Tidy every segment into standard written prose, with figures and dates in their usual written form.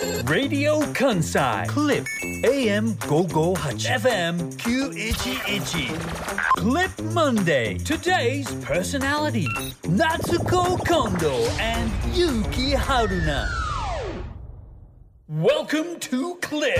Radio Kansai Clip AM 558 FM 911 Clip Monday. Today's personality Natsuko Kondo and Yuki Haruna. Welcome to Clip.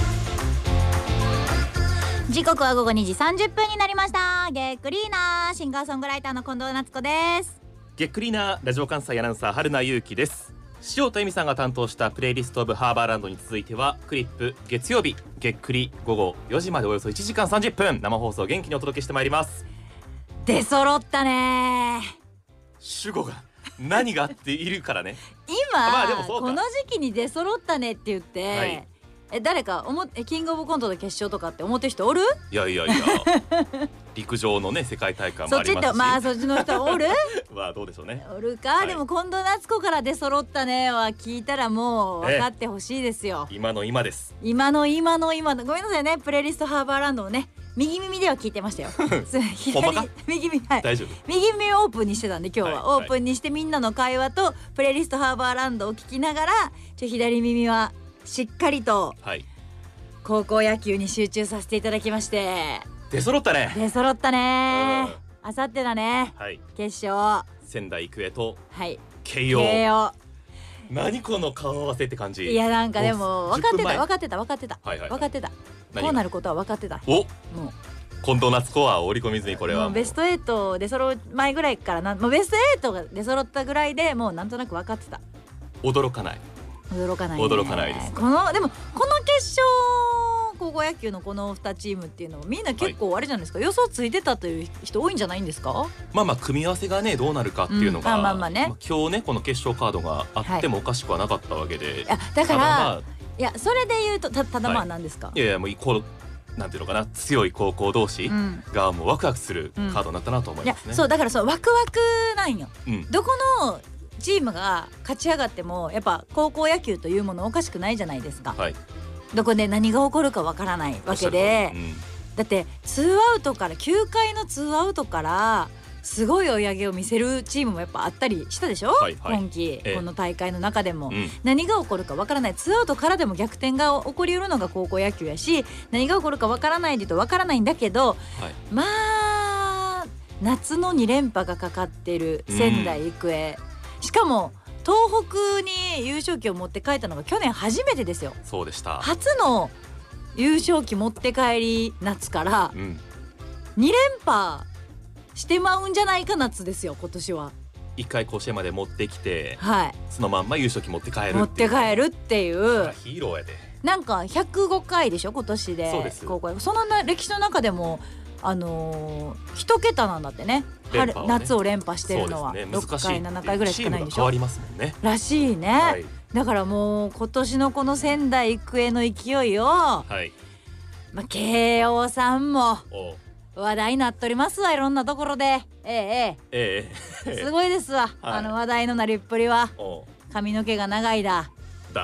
時刻は午後2時30分になりました。ゲックリーナーシンガーソングライターの近藤夏子です。 ゲックリーナーラジオ関西アナウンサー春名優希です。塩田恵美さんが担当したプレイリストオブハーバーランドに続いてはクリップ月曜日ゲックリ午後4時までおよそ1時間30分生放送元気にお届けしてまいります。 出揃ったね。 主語が何があっているからね今、 でもそうかこの時期に出揃ったねって言って、はい誰かキングオブコントの決勝とかって思ってる人おる？ いや陸上のね世界大会もありますしそっちの人おる？ まあどうでしょうね。 おるか、はい、でも近藤夏子から出揃ったねは聞いたらもう分かってほしいですよ。 今の今です。 今のごめんなさいね。プレイリストハーバーランドをね右耳では聞いてましたよほんまか？ 右耳、はい、 大丈夫。 右耳をオープンにしてたんで今日は、 はい、 オープンにしてみんなの会話とプレイリストハーバーランドを聞きながら左耳はしっかりと、 はい高校野球に集中させていただきまして出揃ったね。 あさってだね、 はい、 決勝仙台育英と慶応。何この顔合わせって感じ。 いやなんかでも分かってた、 はいはい、 分かってたこうなることは分かってた。 もう近藤夏子は織り込み済み。これはもうベスト8出揃う前ぐらいからもうベスト8が出揃ったぐらいでもうなんとなく分かってた。 驚かないです。 でもこの決勝高校野球のこの2チームっていうのもみんな結構あれじゃないですか、予想ついてたという人多いんじゃないんですか？ 組み合わせがねどうなるかっていうのが、 ね、 今日ねこの決勝カードがあってもおかしくはなかったわけで、 だからいやそれで言うとただ何ですか？ いやもうなんていうのかな、強い高校同士がもうワクワクするカードになったなと思いますね。 いやそうだからワクワクなんよ、どこのチームが勝ち上がってもやっぱ高校野球というものおかしくないじゃないですか、どこで何が起こるかわからないわけで、だって9回の2アウトからすごい追い上げを見せるチームもやっぱあったりしたでしょ、今季、この大会の中でも、何が起こるかわからない。2アウトからでも逆転が起こりうるのが高校野球やし、何が起こるかわからないで言うとわからないんだけど、まあ夏の2連覇がかかってる仙台育英、しかも東北に優勝旗を持って帰ったのが去年初めてですよ。 そうでした。 初の優勝旗持って帰り夏から、2連覇してまうんじゃないか夏ですよ今年は。 1回甲子園まで持ってきて、 はい、 そのまんま優勝旗持って帰るっていうヒーローやで。 なんか105回でしょ今年で。そうです。高校その歴史の中でも1桁なんだってね。夏を連覇してるのは6回7回ぐらいしかないんでしょ。 変わりますもんね。 らしいね、だからもう今年のこの仙台育英の勢いを、慶応さんも話題になっとりますわ、いろんなところで。すごいですわ、話題のなりっぷりは。髪の毛が長いだ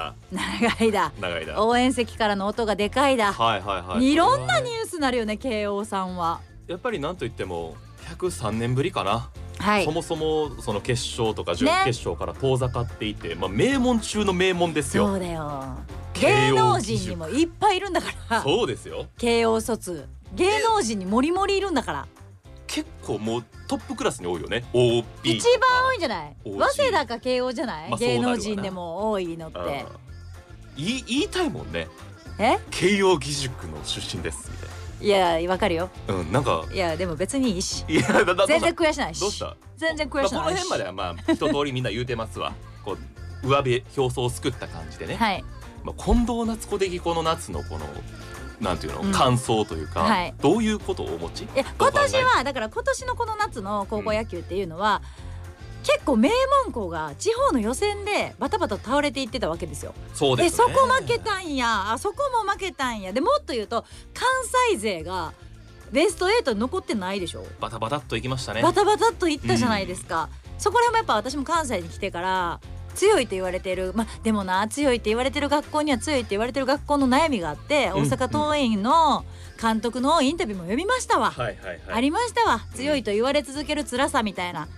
応援席からの音がでかいだ、いろんなニュースなるよね慶応さんは。 やっぱりなんといっても103年ぶりかな、そもそもその決勝とか準決勝から遠ざかっていて、名門中の名門ですよ。 そうだよ、芸能人にもいっぱいいるんだから。 そうですよ、 慶応卒芸能人にもりもりいるんだから。 結構もうトップクラスに多いよね。OB 一番多いんじゃない？早稲田か慶応じゃない？芸能人でも多いのって。 言いたいもんね。慶応義塾の出身ですみたいな。 いやわかるよ。 なんかいやでも別にいいし。 全然悔やしないし。 どうした？ 全然悔やしないし。 この辺までは一通りみんな言うてますわ。こう上辺表層を作った感じでね。近藤夏子的この夏のこのなんていうの、感想というか、どういうことをお持ち？ 今年はだから今年のこの夏の高校野球っていうのは、結構名門校が地方の予選でバタバタ倒れていってたわけですよ。 そうですね。 そこ負けたんや、そこも負けたんや。でもっと言うと関西勢がベスト8に残ってないでしょ。 バタバタっといきましたね。 バタバタっといったじゃないですか、そこら辺もやっぱ私も関西に来てから強いと言われてる、でもな、強いって言われてる学校には強いって言われてる学校の悩みがあって、大阪桐蔭の監督のインタビューも読みましたわ、ありましたわ、強いと言われ続ける辛さみたいな。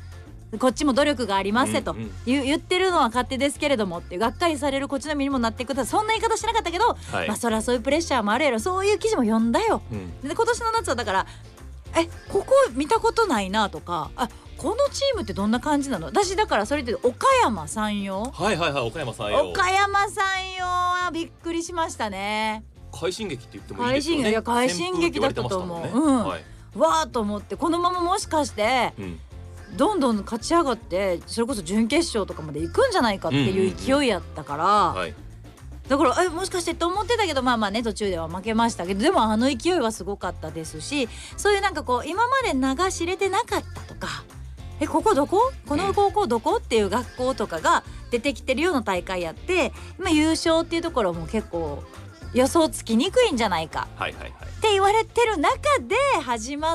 こっちも努力がありますと言ってるのは勝手ですけれどもってがっかりされるこっちの身にもなってください。そんな言い方しなかったけど、まあそりゃそういうプレッシャーもあるやろ、そういう記事も読んだよ。で今年の夏はだからここ見たことないなとか、このチームってどんな感じなの。私だからそれで岡山山陽、 はいはいはい、岡山山陽、 岡山山陽はびっくりしましたね。 快進撃って言ってもいいですよね。 快進撃だったと思う。わーと思って、このままもしかしてどんどん勝ち上がってそれこそ準決勝とかまで行くんじゃないかっていう勢いやったから、だからもしかしてと思ってたけど、まあまあね途中では負けましたけど、でもあの勢いはすごかったですし、そういうなんかこう今まで流し入れてなかったとか、ここどこ、この高校どこっていう学校とかが出てきてるような大会やって、優勝っていうところも結構予想つきにくいんじゃないかって言われてる中で始まって、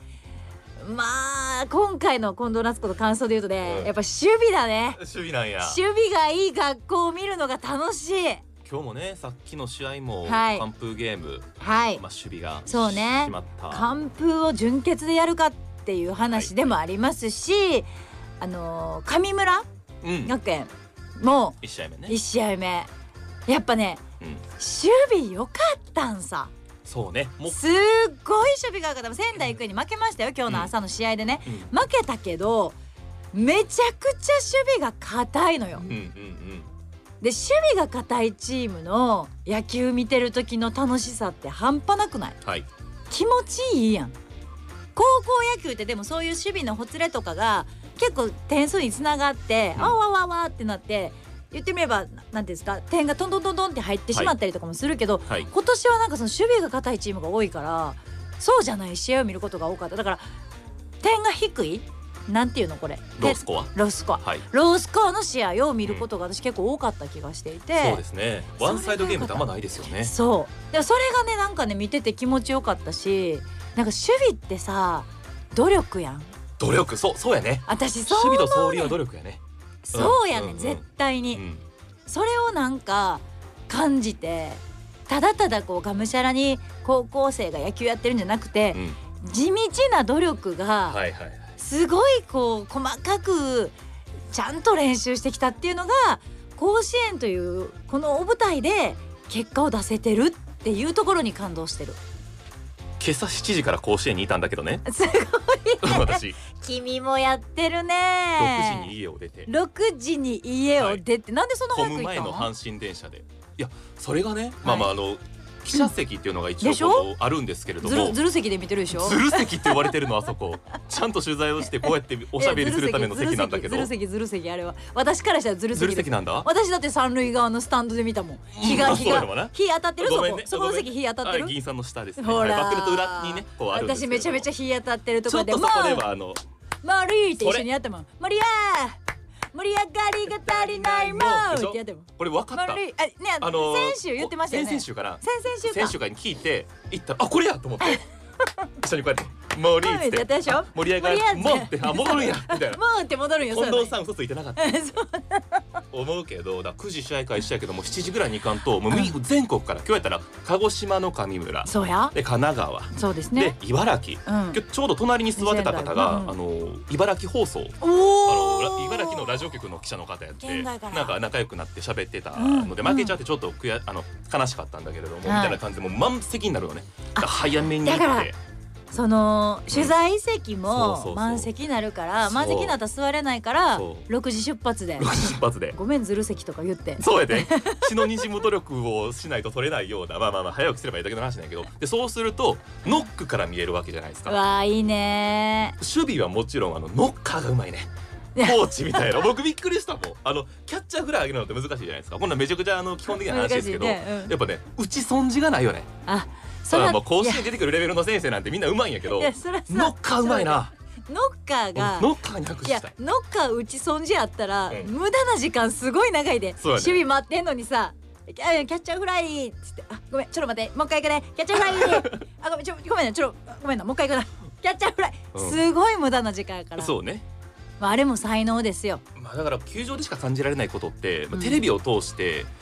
まあ今回の近藤夏子の感想で言うとね、やっぱ守備だね。 守備なんや。 守備がいい学校を見るのが楽しい。 今日もね、さっきの試合も完封ゲーム、守備がそうね、 決まった。 完封を準決でやるかっていう話でもありますし、神村学園も 1試合目ね、 1試合目やっぱね、守備良かったんさ。 そうね、 すっごい守備が良かった。仙台育英に負けましたよ、今日の朝の試合でね。負けたけどめちゃくちゃ守備が硬いのよ。で守備が硬いチームの野球見てる時の楽しさって半端なくない？気持ちいいやん。高校野球ってでもそういう守備のほつれとかが結構点数につながって、あわわわってなって言ってみればなんていうんですか、点がトントントントンって入ってしまったりとかもするけど、今年はなんかその守備が硬いチームが多いからそうじゃない試合を見ることが多かった。だから点が低い、なんていうのこれ、 ロースコア、 ロースコアの試合を見ることが私結構多かった気がしていて、 そうですね、ワンサイドゲームってあんまないですよね。 そうでもそれがねなんかね見てて気持ちよかったし、なんか守備ってさ努力やん。 努力、そうやね。 私そう思うね。 守備と走塁は努力やね。 そうやね、絶対に、それをなんか感じて、ただただこうがむしゃらに高校生が野球やってるんじゃなくて、地道な努力がすごいこう細かくちゃんと練習してきたっていうのが甲子園というこの大舞台で結果を出せてるっていうところに感動してる。 今朝7時から甲子園にいたんだけどね。 すごいね私君もやってるね。 6時に家を出て 6時に家を出て、なんでそんな早く行ったの？ 混む前の阪神電車で。いやそれがね、まあ記者席っていうのが一応あるんですけれども、 ずる席で見てるでしょ。 ずる席って呼ばれてるのあそこ。ちゃんと取材をしてこうやっておしゃべりするための席なんだけど。 ずる席あれは私からしたらずる席なんだ。 私だって三塁側のスタンドで見たもん。日当たってる。そこの席日当たってる。 議員さんの下ですね。 ほらバックネット裏にねこうあるんですけど、 私めちゃめちゃ日当たってるところで、 ちょっとそこではマリーって一緒にやったもん。マリア盛り上がりが足りないもんってやっても、 これ分かった。 先週言ってましたよね。 先週かな。 先週に聞いて行ったら、これやと思って一緒にこうやって盛りって盛り上がりもって戻るんやみたいな。 もうって戻るんよ。 近藤さん嘘ついてなかった思うけど、だ9時試合開始やけども7時ぐらいに行かんと、もう全国から、今日やったら鹿児島の神村で神奈川、 そうですね、 で茨城、今日ちょうど隣に座ってた方が茨城放送、茨城のラジオ局の記者の方やって、なんか仲良くなって喋ってたので負けちゃってちょっと悲しかったんだけれども、みたいな感じでもう満席になるのね。早めに行って。 その取材席も満席になるから、満席になったら座れないから6時出発でごめんずる席とか言って、 そうやで血の滲む努力をしないと取れないような、まあ早くすればいいだけの話なんやけど、でそうするとノックから見えるわけじゃないですか。 わあいいね。 守備はもちろんノッカーがうまいね。コーチみたいな。僕びっくりしたもん。キャッチャーフライ上げるのって難しいじゃないですか。こんなめちゃくちゃ基本的な話ですけど、やっぱね打ち損じがないよね。もう甲子園出てくるレベルの先生なんてみんなうまいんやけど、ノッカーうまいな。 ノッカーがノッカーに拍手したい。 ノッカー打ち損じあったら無駄な時間すごい長いで、守備待ってんのにさ、キャッチャーフライっつって、ごめんちょっと待ってもう一回行くね、キャッチャーフライごめんごめんなもう一回行くな、キャッチャーフライ、すごい無駄な時間やから。 そうね、 あれも才能ですよ。 だから球場でしか感じられないことって、テレビを通して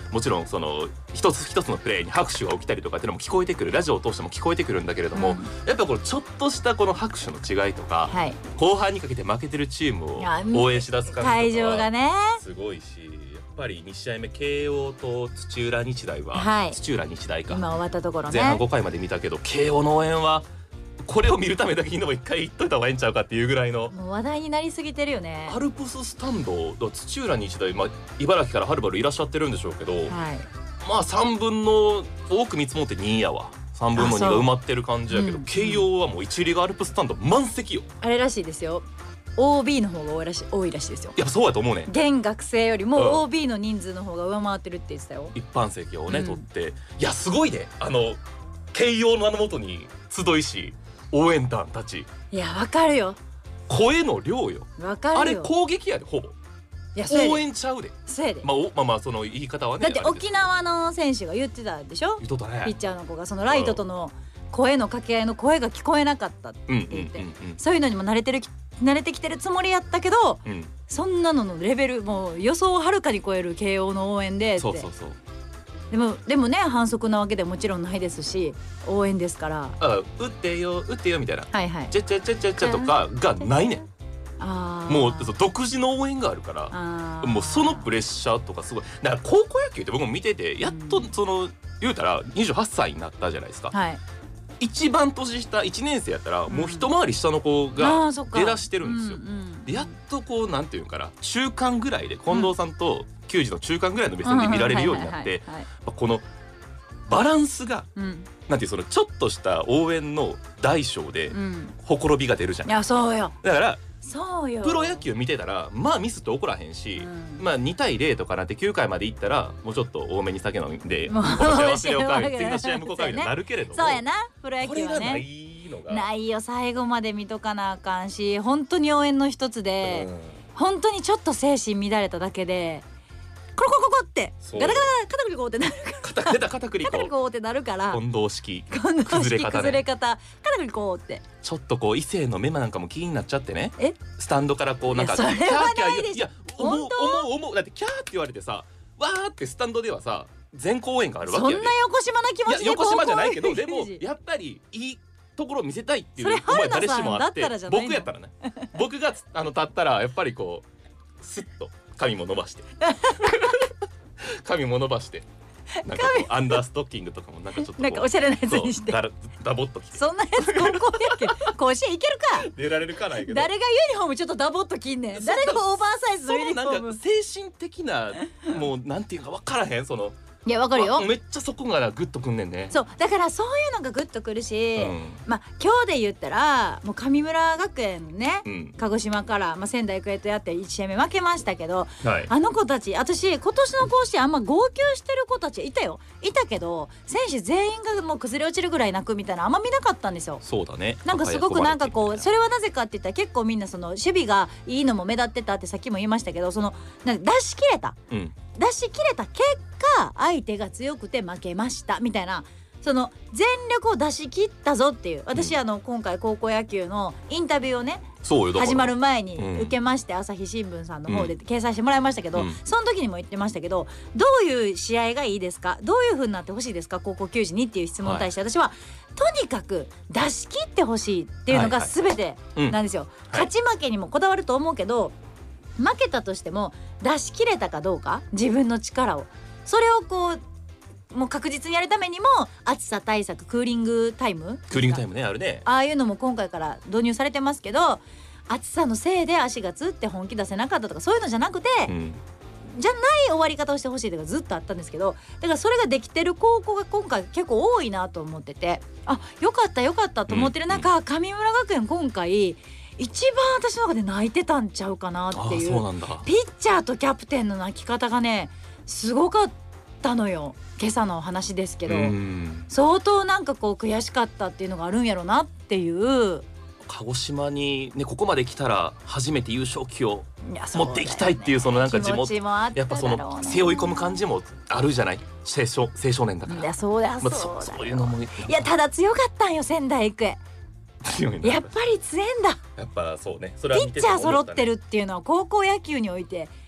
もちろんその一つ一つのプレーに拍手が起きたりとかっていうのも聞こえてくる、ラジオを通しても聞こえてくるんだけれども、やっぱこのちょっとしたこの拍手の違いとか、はい、後半にかけて負けてるチームを応援しだす感じとか会場がねすごいし、やっぱり2試合目慶応と土浦日大は、はい、土浦日大か今終わったところね、 前半5回まで見たけど慶応の応援はこれを見るためだけにでも一回言っといた方がいいんちゃうかっていうぐらいの、 もう話題になりすぎてるよね。 アルプススタンド土浦日大、茨城からはるばるいらっしゃってるんでしょうけど、はい、3分の多く見積もって2やわ、3分の2が埋まってる感じやけど、慶応はもう一塁がアルプススタンド満席よ。 あれらしいですよ、OB の方が多いらしいですよ。 いやそうやと思うね。 現学生よりも OB の人数の方が上回ってるって言ってたよ。 一般席をね、取って、いやすごいね、慶応の元に集いし応援団たち。 いやわかるよ、 声の量よ。 わかるよ。 あれ攻撃やで、ほぼ。いや応援ちゃうで。 そうやで。 その言い方はね。 だって沖縄の選手が言ってたでしょ。 言っとったね。 ピッチャーの子がそのライトとの声の掛け合いの声が聞こえなかったって言って、そういうのにも慣れてきてるつもりやったけど、そんなののレベルもう予想をはるかに超える慶応の応援でって。そう。でもね、反則なわけでもちろんないですし、応援ですから、 打ってよみたいな、 はいはい、 チャとかがないねん。もう独自の応援があるから、もうそのプレッシャーとかすごい。だから高校野球って僕も見てて、やっとその言うたら28歳になったじゃないですか、はい、一番年下1年生やったらもう一回り下の子が出だしてるんですよ。でやっとこうなんていうかな、中間ぐらいで近藤さんと球児の中間ぐらいの目線で見られるようになって、このバランスが、なんていう、そのちょっとした応援の大小でほころびが出るじゃん。 いやそうよ。 だからそうよ、 プロ野球見てたらミスって起こらへんし、2対0とかなって9回までいったらもうちょっと多めに酒飲んでお幸せ了解、次の試合向こうかみたいになるけれども、 そうやな、プロ野球はね、 これがないのがないよ。最後まで見とかなあかんし、本当に応援の一つで、本当にちょっと精神乱れただけでコロコロコロってガタガタ片栗粉ってなるから、片栗粉ってなるから、 近藤式崩れ方片栗粉って、 ちょっとこう異性の目なんかも気になっちゃってね、スタンドからこうなんかキャーキャー、 いや思うだってキャーって言われてさ、わーってスタンドではさ全校応援があるわけやで。 そんな横島な気持ちで、 横島じゃないけど、でもやっぱりいいところを見せたいっていう思いは誰しもあって、僕やったらね、僕が立ったらやっぱりこうスッと髪も伸ばしてなんかこうアンダーストッキングとかもなんかちょっとなんかおしゃれなやつにしてダボっと着て、 そんなやつ高校野球甲子園行けるか。 出られるかないけど、 誰がユニフォームちょっとダボっと着んねん。誰がオーバーサイズのユニフォーム。 なんか精神的なもうなんていうか分からへん、そのいやわかるよ、 めっちゃそこがグッとくんねんね。 そうだからそういうのがグッとくるし、今日で言ったらもう神村学園ね、鹿児島から、仙台育英とやって1試合目負けましたけど、あの子たち、私今年の甲子園あんま号泣してる子たちいたけど、選手全員がもう崩れ落ちるぐらい泣くみたいなあんま見なかったんですよ。 そうだね。 なんかすごくなんかこう、それはなぜかって言ったら結構みんなその守備がいいのも目立ってたってさっきも言いましたけど、そのなんか出し切れた結果相手が強くて負けましたみたいな、その全力を出し切ったぞっていう。私今回高校野球のインタビューをね、始まる前に受けまして、朝日新聞さんの方で掲載してもらいましたけど、その時にも言ってましたけど、どういう試合がいいですか、どういう風になってほしいですか高校球児にっていう質問に対して、私はとにかく出し切ってほしいっていうのが全てなんですよ。勝ち負けにもこだわると思うけど、負けたとしても出し切れたかどうか、自分の力を、それをこうもう確実にやるためにも暑さ対策、クーリングタイムね、あるね。 ああいうのも今回から導入されてますけど、暑さのせいで足がつって本気出せなかったとかそういうのじゃなくて、じゃない終わり方をしてほしいとかずっとあったんですけど、だからそれができてる高校が今回結構多いなと思ってて、よかったと思ってる中、神村学園今回一番私の中で泣いてたんちゃうかなっていう。ピッチャーとキャプテンの泣き方がねすごかったのよ。今朝の話ですけど、相当なんかこう悔しかったっていうのがあるんやろなっていう。 鹿児島にね、ここまで来たら初めて優勝旗を持っていきたいっていう、そのなんか地元やっぱその背負い込む感じもあるじゃない、青少年だから。 いやそうだ、 そういうのも、いやただ強かったんよ仙台育英。やっぱり強いんだ。 やっぱそうね、 それはピッチャー揃ってるっていうのは高校野球において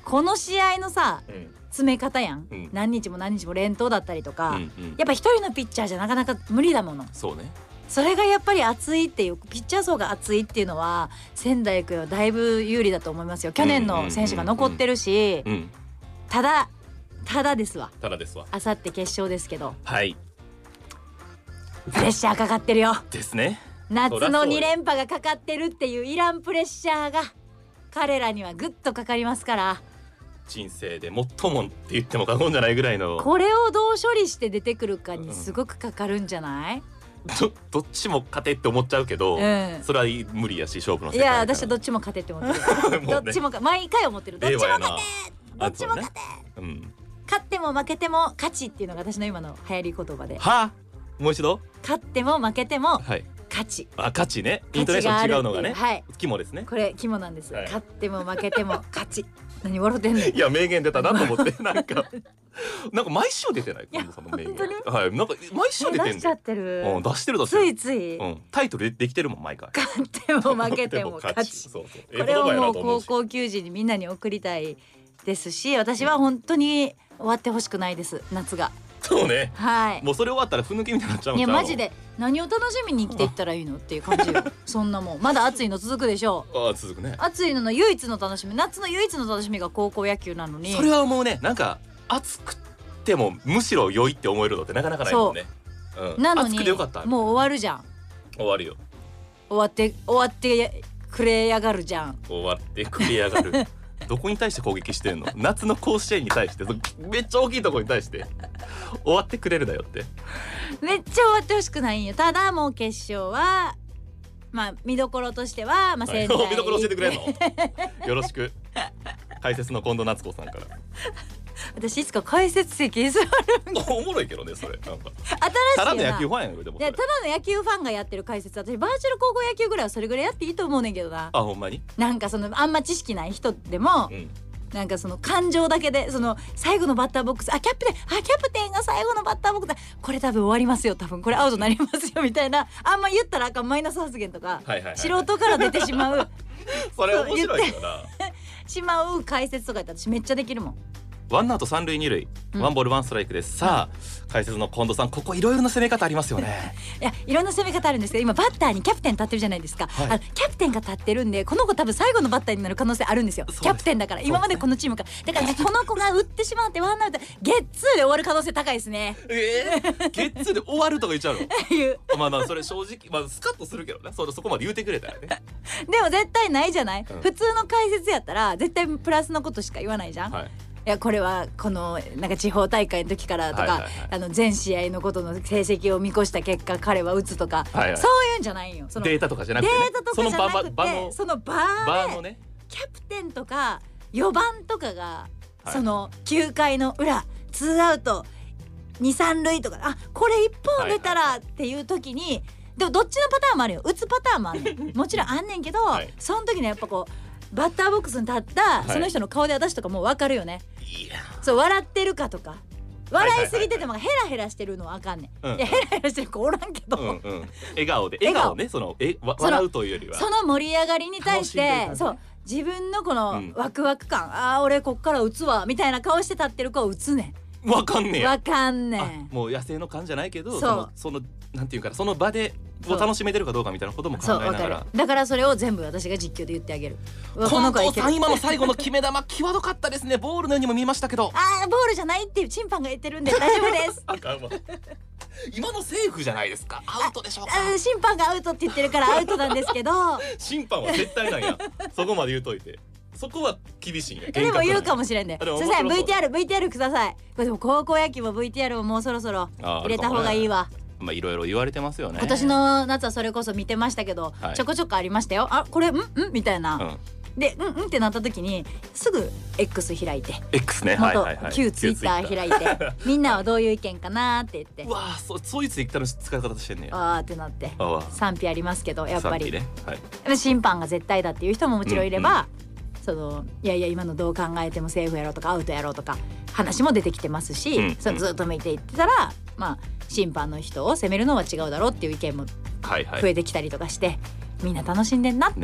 この試合のさ、 うん、 詰め方やん、 うん、 何日も何日も連投だったりとか、 うんうん、 やっぱ一人のピッチャーじゃなかなか無理だもの。 そうね。 それがやっぱり熱いっていうピッチャー層が熱いっていうのは仙台育英はだいぶ有利だと思いますよ。去年の選手が残ってるし、ただですわ。あさって決勝ですけど、 はい、 プレッシャーかかってるよ。 ですね。 夏の2連覇がかかってるっていういらんプレッシャーが彼らにはぐっとかかりますから。 人生で最もって言っても過言じゃないぐらいの。 これをどう処理して出てくるかにすごくかかるんじゃない？ どっちも勝てって思っちゃうけど、それは無理やし勝負の世界。 いや私はどっちも勝てって思ってる。どっちも毎回思ってる。どっちも勝て、どっちも勝て、勝っても負けても勝ちっていうのが私の今の流行り言葉で。 はもう一度。 勝っても負けても勝ち。 勝ちね。イントネーション違うのがね。 はい。 肝ですね。 これ肝なんです。勝っても負けても勝ち。何笑ってんねん。 いや名言出たなと思ってなんか毎週出てない。近藤さんの名言。はい。なんか毎週出てんねん。 出しちゃってる。 出してる。 ついつい。 タイトルできてるもん毎回。 勝っても負けても勝ち。これをもう高校球児にみんなに送りたいですし、私は本当に終わってほしくないです。夏が。 そうね。 はい。 もうそれ終わったらふぬけみたいになっちゃうんだ。 いやマジで何を楽しみに生きていったらいいのっていう感じよ。そんなもんまだ暑いの続くでしょう。 続くね。 暑いのの唯一の楽しみ、夏の唯一の楽しみが高校野球なのに。 それはもうね、なんか暑くてもむしろ良いって思えるのってなかなかないもんね。 なのにもう終わるじゃん。 終わるよ。 終わってくれやがるじゃん。 終わってくれやがる。どこに対して攻撃してんの？夏の甲子園に対して、めっちゃ大きいところに対して終わってくれるだよって。 めっちゃ終わってほしくないんよ。ただもう決勝はまあ見どころとしては仙台見どころ教えてくれんの？よろしく。解説の近藤夏子さんから。 私いつか解説席に座る。 おもろいけどねそれ。なんか新しいな。 ただの野球ファンやん。でもいやただの野球ファンがやってる解説、私バーチャル高校野球ぐらいはそれぐらいやっていいと思うねんけどな。 ほんまに？ なんかあんま知識ない人でも、なんか感情だけで最後のバッターボックス、キャプテンが最後のバッターボックス、これ多分終わりますよ、多分これアウトになりますよみたいな、あんま言ったらあかんマイナス発言とか、素人から出てしまうそれ面白いよな。 しまう解説とかって私めっちゃできるもん。 ワンアウト三塁二塁、ワンボールワンストライクです。さあ解説の近藤さん、ここいろいろな攻め方ありますよね。 いろんな攻め方あるんですけど、今バッターにキャプテン立ってるじゃないですか。キャプテンが立ってるんで、この子多分最後のバッターになる可能性あるんですよ。キャプテンだから今までこのチームからだから、この子が打ってしまってワンアウトゲッツーで終わる可能性高いですね。 ゲッツーで終わるとか言っちゃうの？まあそれ正直スカッとするけどね。そこまで言うてくれたらね。 でも絶対ないじゃない、普通の解説やったら絶対プラスのことしか言わないじゃん。いやこれはこのなんか地方大会の時からとか、全試合のことの成績を見越した結果彼は打つとか、そういうんじゃないよ。 データとかじゃなくて、 データとかじゃなくて、その場のね、キャプテンとか4番とかが、その9回の裏2アウト2、3塁とか、これ1本出たらっていう時に、でもどっちのパターンもあるよ。打つパターンもあんねん。もちろんあんねんけど、その時にやっぱバッターボックスに立ったその人の顔で私とかもう分かるよね。そう笑ってるかとか、笑いすぎててもヘラヘラしてるのはあかんねん。いやヘラヘラしてる子おらんけど、 笑顔ね、笑うというよりはその盛り上がりに対して、自分のこのワクワク感、俺こっから打つわみたいな顔して立ってる子を打つねん。 わかんねん。 もう野生の感じゃないけど、そのなんていうか、その場でを楽しめてるかどうかみたいなことも考えながら、 だからそれを全部私が実況で言ってあげる。 近藤さん今の最後の決め球際どかったですね。ボールのようにも見えましたけど、 ボールじゃないっていう審判が言ってるんで大丈夫です。 今のセーフじゃないですか、アウトでしょうか。 審判がアウトって言ってるからアウトなんですけど、 審判は絶対なんや。そこまで言うといて、そこは厳しいんや。 でも言うかもしれんで、すいません VTR ください。これでも高校野球も VTR をもうそろそろ入れた方がいいわ。 いろいろ言われてますよね。 今年の夏はそれこそ見てましたけど、ちょこちょこありましたよ。これみたいな、でってなった時にすぐ X 開いて、 X ね、 旧 Twitter 開いて、みんなはどういう意見かなって言って、 うわそういうツイッターの使い方してんねや。 ってなって賛否ありますけど、やっぱり賛否ね、審判が絶対だっていう人ももちろんいれば、いや今のどう考えてもセーフやろうとかアウトやろうとか話も出てきてますし、ずっと見ていってたら、審判の人を責めるのは違うだろうっていう意見も増えてきたりとかして、みんな楽しんでんなって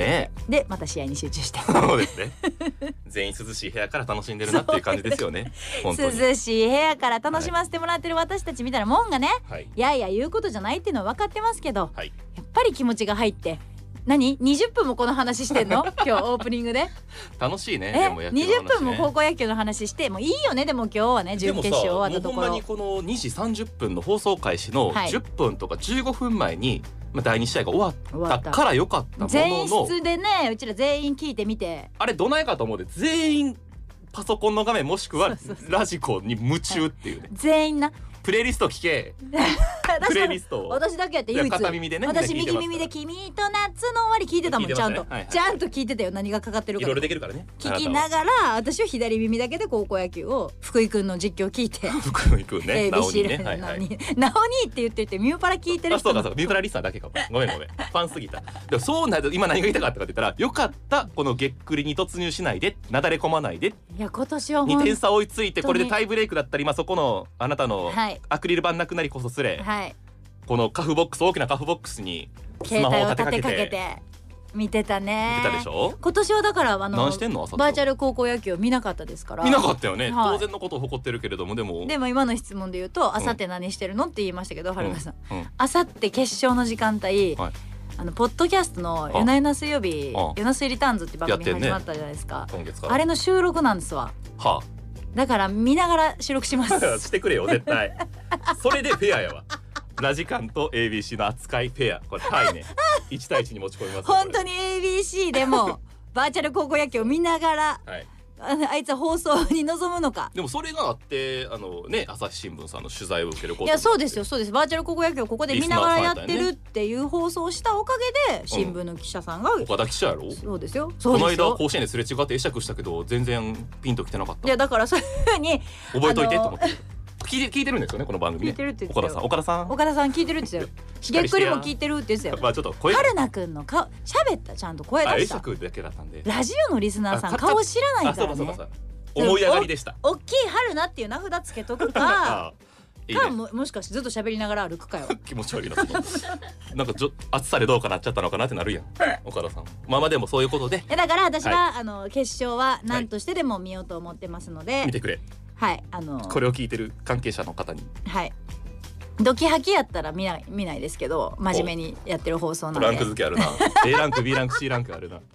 でまた試合に集中してそうですね全員涼しい部屋から楽しんでるなっていう感じですよね本当に涼しい部屋から楽しませてもらってる私たちみたいなもんがね、 はい、 いやいや言うことじゃないっていうのは分かってますけど、 はい、 やっぱり気持ちが入って何20分もこの話してんの今日オープニングで楽しいね。でも野球の話ね、 20分も高校野球の話してもういいよね。でも今日はね準決勝終わったところでもさ、もうほんまにこの2時30分の放送開始の10分とか15分前に、第2試合が終わったからよかったものの、 前室でねうちら全員聞いてみてあれどないかと思うで全員パソコンの画面もしくはラジコに夢中っていうね、 全員なプレイリスト聞けプレイリストを私だけやって唯一片耳でね、 私右耳で君と夏の終わり聞いてたもん、ちゃんと、 はいはい、 ちゃんと聞いてたよ。何がかかってるかいろいろできるからね。 聞きながら私は左耳だけで高校野球を福井くんの実況聞いて福井くんね、 なおにね、なおにって言っててミューパラ聞いてる人そうかミューパラリスナーだけかもごめんファンすぎた。でもそうなると今何が言いたかったかって言ったら、よかったこのげっくりに突入しないで、なだれ込まないで、 いや今年は 2点差追いついて、これでタイブレイクだったり、そこのあなたのアクリル板なくなりこそすれ、 はい、 このカフボックス、大きなカフボックスにスマホを立てかけて見てたね。 見てたでしょ。 今年はだから何してんの朝バーチャル高校野球を見なかったですから。 見なかったよね、 はい、 当然のことを誇ってるけれども、でも今の質問で言うと、あさって何してるのって言いましたけど、春菜さん、あさって決勝の時間帯、はい、ポッドキャストの夜な夜な水曜日、夜な水リターンズって番組始まったじゃないですか、 今月からあれの収録なんですわ。 はあ、 だから見ながら収録しますしてくれよ絶対それでフェアやわラジカンと ABC の扱いフェア、これタイね1対1に持ち込みます。 本当に ABC でもバーチャル高校野球を見ながら、はい、あいつは放送に臨むのか。 でもそれがあって朝日新聞さんの取材を受けること、 いやそうですよそうです。バーチャル高校野球をここで見ながらやってるっていう放送をしたおかげで、新聞の記者さんが、 岡田記者やろ。 そうですよ。 この間甲子園ですれ違って会釈したけど全然ピンときてなかった。 いやだからそういう風に覚えといてと思って聞いてるんですよね、この番組ね。 聞いてるって言って岡田さん聞いてるって言ってたよ。げっくりも聞いてるって言ってたよ。 まあちょっと声春菜くんの顔喋った、ちゃんと声出した。 会釈だけだったんで、 ラジオのリスナーさん顔知らないからね。 思い上がりでした。 大きい春菜っていう名札つけとくかいいね、もしかしてずっと喋りながら歩くかよ気持ち悪いななんか暑さでどうかなっちゃったのかなってなるやん岡田さん。まあでもそういうことで、 だから私は、はい、決勝は何としてでも見ようと思ってますので、 見てくれ。 はい、 これを聞いてる関係者の方に、 はい、ドキハキやったら見ないですけど、真面目にやってる放送なんで。 ランク付けあるなA ランク B ランク C ランクあるな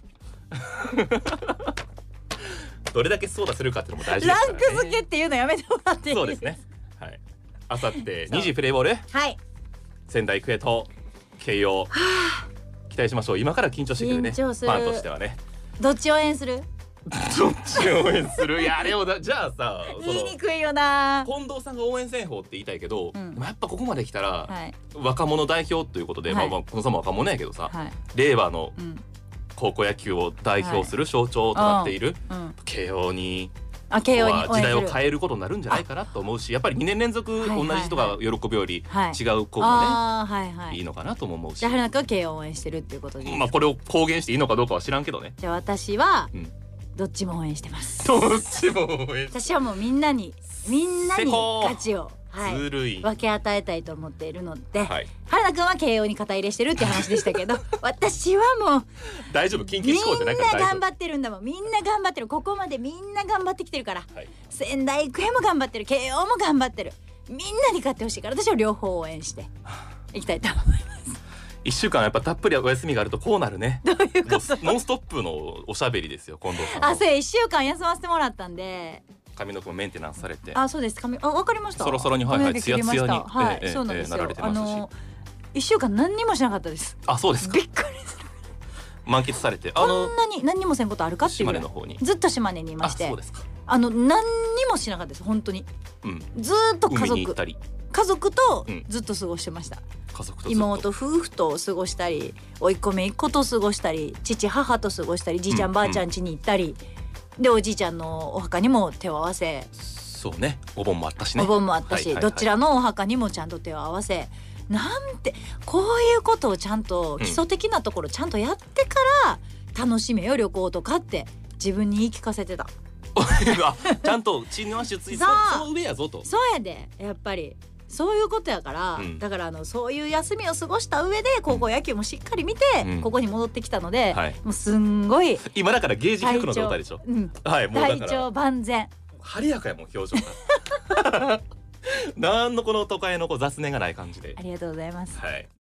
どれだけ操作するかっていうのも大事ですからね。 ランク付けっていうのやめてもらっていいですか。 そうですね、はい。あさって2時プレーボール、 はい、 仙台育英と慶応期待しましょう。今から緊張してくるね、ファンとしてはね。どっち応援するどっち応援するいやでもじゃあさ、 言いにくいよな。 近藤さんが応援せん方って言いたいけど、でもやっぱここまで来たら、はい、若者代表ということで、はい、近藤さんも若者やけどさ、はい、令和の高校野球を代表する象徴となっている、慶応に時代を変えることになるんじゃないかなと思うし、やっぱり2年連続同じ人が喜ぶより違う子がね、いいのかなとも思うし。 じゃあ春菜くんは慶応を応援してるっていうことで、 これを公言していいのかどうかは知らんけどね。 じゃあ私はどっちも応援してます。 どっちも応援。 私はもうみんなに勝ちを、はい、 ずるい分け与えたいと思っているので、はい、春菜くんは慶応に肩入れしてるって話でしたけど私はもう大丈夫、近畿志向じゃないから大丈夫。 みんな頑張ってるんだもん。みんな頑張ってる。ここまでみんな頑張ってきてるから、はい、仙台育英も頑張ってる、慶応も頑張ってる。みんなに勝ってほしいから私は両方応援していきたいと思います 1週間やっぱたっぷりお休みがあるとこうなるね。 どういうこと？ ノンストップのおしゃべりですよ近藤さん。 そう1週間休ませてもらったんで、 髪の毛もメンテナンスされて。 そうです。わかりました。 そろそろにツヤツヤにはいそうなんですよ。1週間何にもしなかったです。 そうですか。 びっくりする。 満喫されてこんなに何にもせんことあるかっていう島根の方にずっと島根にいまして、 そうですか。 何にもしなかったです本当に、ずっと家族とずっと過ごしてました。妹夫婦と過ごしたり、甥っ子姪っ子と過ごしたり、父母と過ごしたり、じいちゃんばあちゃん家に行ったり、でおじいちゃんのお墓にも手を合わせ、 そうね、お盆もあったしね。 どちらのお墓にもちゃんと手を合わせ、なんてこういうことをちゃんと基礎的なところちゃんとやってから楽しめよ旅行とかって自分に言い聞かせてたちゃんと地の足ついてその上やぞと。 そうやで、やっぱりそういうことやから、だからそういう休みを過ごした上で高校野球もしっかり見て、ここに戻ってきたので、もうすんごい今だからゲージ100の状態でしょ。はい、もうだから体調万全、 晴れやかやもん表情がなんのこの都会の雑念がない感じで。 ありがとうございます。 はい。